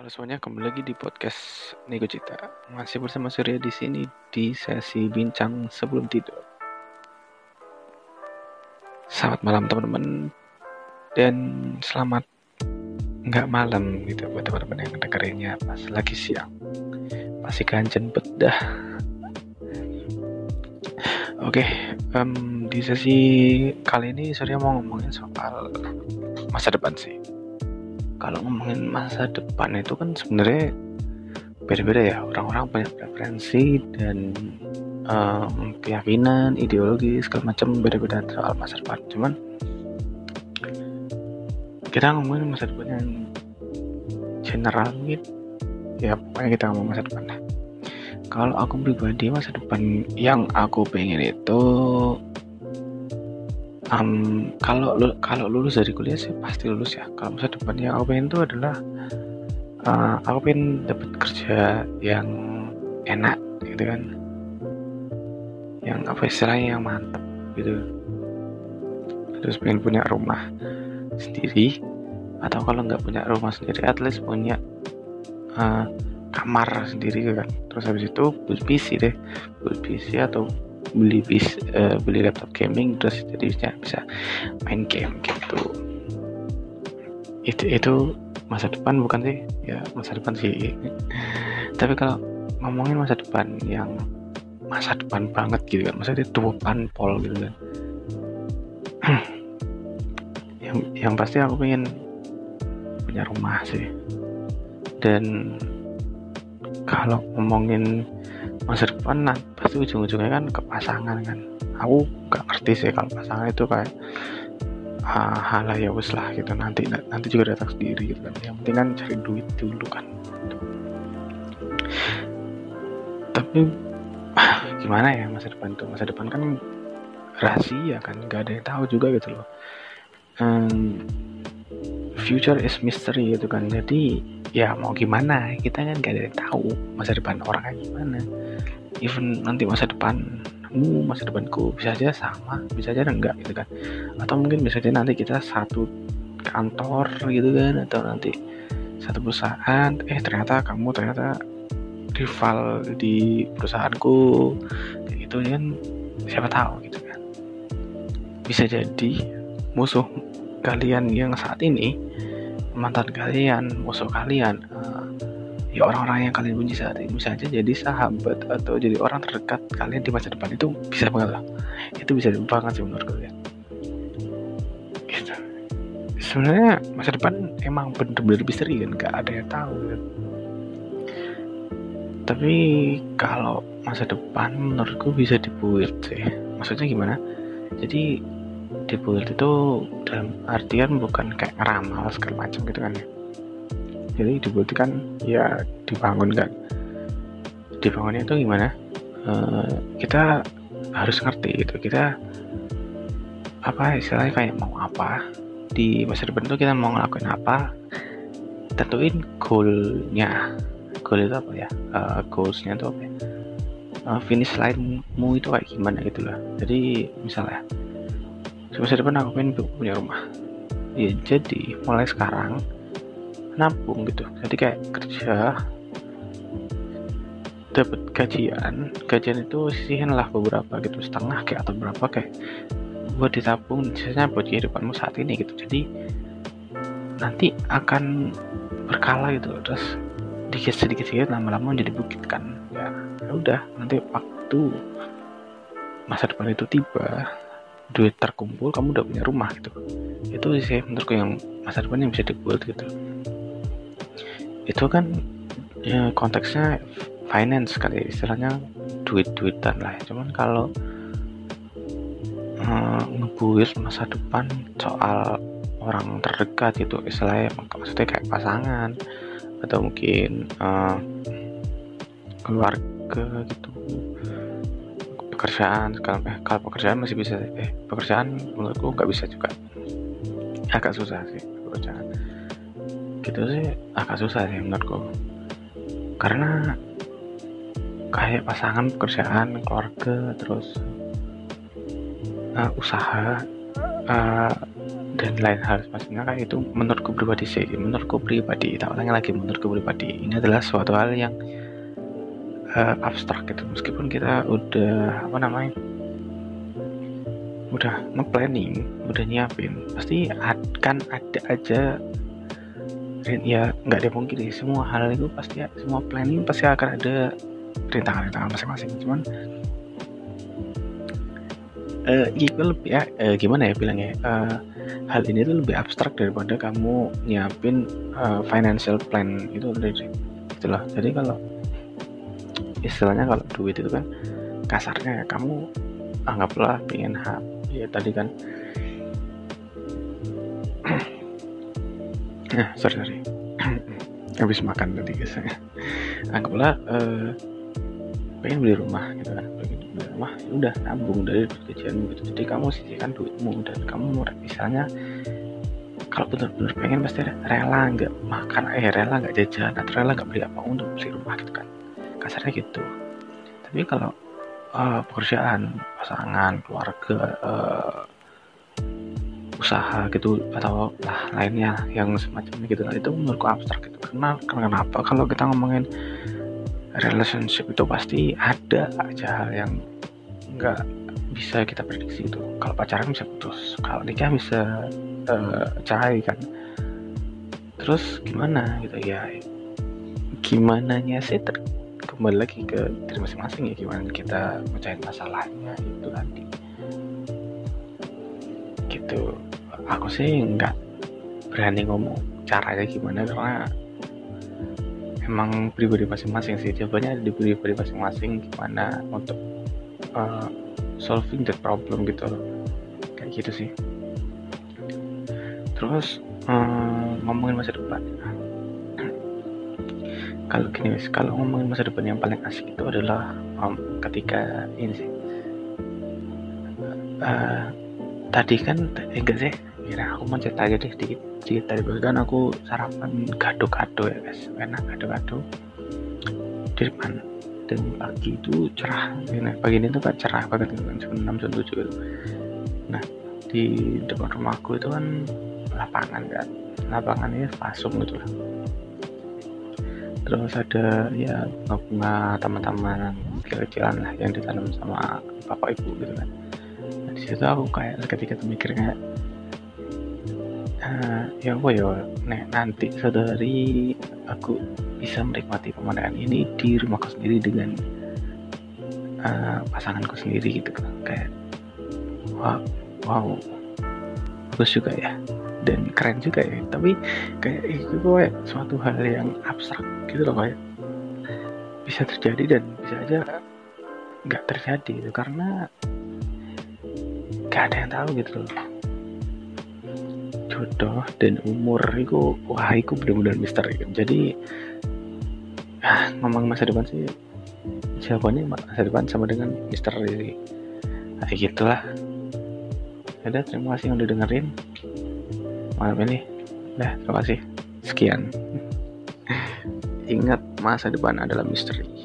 Halo semuanya, kembali lagi di podcast Nego Cita. Masih bersama Surya di sini di sesi bincang sebelum tidur. Selamat malam teman-teman, dan selamat nggak malam gitu buat teman-teman yang dengerinnya pas lagi siang. Masih ganjen bedah. Oke, di sesi kali ini Surya mau ngomongin soal masa depan sih. Kalau ngomongin masa depan itu kan sebenarnya beda-beda ya, orang-orang punya preferensi dan keyakinan, ideologi, segala macam beda-beda soal masa depan. Cuman kita ngomongin masa depan yang general gitu, ya pokoknya kita ngomong masa depan lah. Kalau aku pribadi, masa depan yang aku pengen itu kalau lulus dari kuliah sih pasti lulus ya. Kalau masa depan yang aku pengen itu adalah aku pengen dapat kerja yang enak gitu kan, yang apa istilahnya, yang mantap gitu. Terus pengen punya rumah sendiri, atau kalau nggak punya rumah sendiri at least punya kamar sendiri kan. Terus habis itu beli PC atau beli laptop gaming, terus jadi bisa main game gitu. Itu masa depan bukan sih? Ya masa depan sih. Tapi kalau ngomongin masa depan yang masa depan banget gitu kan, maksudnya depan pol gitu kan, yang pasti aku pengen punya rumah sih. Dan kalau ngomongin masa depan, nah pasti ujung-ujungnya kan ke pasangan kan. Aku gak ngerti sih kalau pasangan itu kayak halah ya wes lah gitu, nanti juga datang sendiri gitu kan. Yang penting kan cari duit dulu kan. Tapi gimana ya masa depan kan rahasia kan, gak ada yang tahu juga gitu loh. Future is mystery gitu kan. Jadi ya mau gimana, kita kan gak ada yang tahu masa depan orangnya gimana. Even nanti masa depanku bisa aja sama, bisa aja enggak gitu kan. Atau mungkin bisa aja nanti kita satu kantor gitu kan, atau nanti satu perusahaan, ternyata rival di perusahaanku kayak gitu kan, siapa tahu gitu kan. Bisa jadi musuh kalian yang saat ini, mantan kalian, musuh kalian, ya orang-orang yang kalian benci saat ini bisa aja jadi sahabat atau jadi orang terdekat kalian di masa depan. Itu bisa banget lah, itu bisa banget sih menurut kalian gitu. Sebenarnya masa depan emang bener-bener misteri kan, gak ada yang tahu kan. Tapi kalau masa depan menurutku bisa dibuild sih. Maksudnya gimana? Jadi dibuild itu dalam artian bukan kayak ngeramal segala macam gitu kan ya. Jadi dibuild kan ya dibangun kan. Dibangunnya itu gimana? Kita harus ngerti gitu. Kita apa istilahnya, kayak mau apa di masa depan itu, kita mau ngelakuin apa, tentuin goalnya. Goal itu apa ya? Goalsnya itu apa ya? Finish line-mu itu kayak gimana gitu lah. Jadi misalnya masa depan aku pengen punya rumah, ya jadi mulai sekarang nabung gitu. Jadi kayak kerja, dapat gajian itu sisihin lah beberapa gitu, setengah kayak atau berapa kayak buat ditabung, sisanya buat kehidupanmu saat ini gitu. Jadi nanti akan berkala gitu, terus sedikit lama-lama jadi bukit kan. Ya udah, nanti waktu masa depan itu tiba, duit terkumpul, kamu udah punya rumah gitu. Itu sih menurutku yang masa depan yang bisa dibuat gitu. Itu kan ya, konteksnya finance kali, istilahnya duit-duitan lah. Cuman kalau ngebuat masa depan soal orang terdekat gitu, istilahnya maksudnya kayak pasangan atau mungkin keluarga gitu, pekerjaan. Kalau pekerjaan masih bisa, pekerjaan menurutku nggak bisa juga, agak susah sih pekerjaan gitu sih, agak susah sih menurutku. Karena kayak pasangan, pekerjaan, keluarga, terus usaha, dan lain hal maksudnya kayak itu. Menurutku pribadi tak ulangi lagi, menurutku pribadi ini adalah suatu hal yang abstrak gitu. Meskipun kita udah udah nge-planning, udah nyiapin, pasti akan ada aja ya, nggak ada mungkin semua hal itu pasti, semua planning pasti akan ada rintangan masing-masing. Cuman itu lebih gimana ya bilangnya, hal ini tuh lebih abstrak daripada kamu nyiapin financial plan itu tadi itulah. Jadi kalau istilahnya, kalau duit itu kan kasarnya kamu anggaplah pengen ya tadi kan sorry habis makan tadi guys. Anggaplah pengen beli rumah gitu kan, ya udah nabung dari gajianmu gitu. Jadi kamu sisihkan duitmu dan kamu misalnya kalau benar-benar pengen pasti rela nggak makan, rela nggak jajan, atau rela nggak beli apa untuk beli rumah gitu kan, kasarnya gitu. Tapi kalau pekerjaan, pasangan, keluarga, usaha gitu atau lainnya yang semacamnya gitu, itu menurutku abstrak gitu. Kenapa? Kalau kita ngomongin relationship itu pasti ada aja hal yang nggak bisa kita prediksi itu. Kalau pacaran bisa putus, kalau nikah bisa cerai kan. Terus gimana gitu ya, gimananya sih kembali lagi ke diri masing-masing ya, gimana kita mecahin masalahnya itu tadi gitu. Aku sih nggak berani ngomong caranya gimana, karena emang pribadi masing-masing sih, jawabannya ada di pribadi masing-masing gimana untuk solving that problem gitu, kayak gitu sih. Terus ngomongin masa depan, kalau ngomongin masa depan yang paling asik itu adalah ketika ini sih, tadi kan enggak sih, kira aku mau cerita aja deh sedikit tadi kan aku sarapan gado-gado ya guys, enak gado-gado di depan. Dan pagi itu cerah, pagi ini tuh kan cerah banget gitu kan, jam 6 jam 7 gitu. Nah di depan rumahku itu kan lapangannya pasung gitu lah. Terus ada ya bunga teman-teman kecil-kecilan lah yang ditanam sama bapak ibu gitu kan. Nah, di situ aku kayak ketika mikirnya nanti saudari aku bisa menikmati pemandangan ini di rumahku sendiri dengan pasanganku sendiri gitu kan. Kayak wow bagus juga ya dan keren juga ya, tapi kayak itu kayak suatu hal yang abstrak gitu loh, kayak bisa terjadi dan bisa aja nggak terjadi gitu, karena nggak ada yang tahu gitu loh. Jodoh dan umur itu benar-benar misteri. Jadi ngomong masa depan sih, jawabannya masa depan sama dengan misteri. Nah gitulah. Ada, terima kasih yang udah dengerin malam ini. Terima kasih. Sekian. Ingat, masa depan adalah misteri.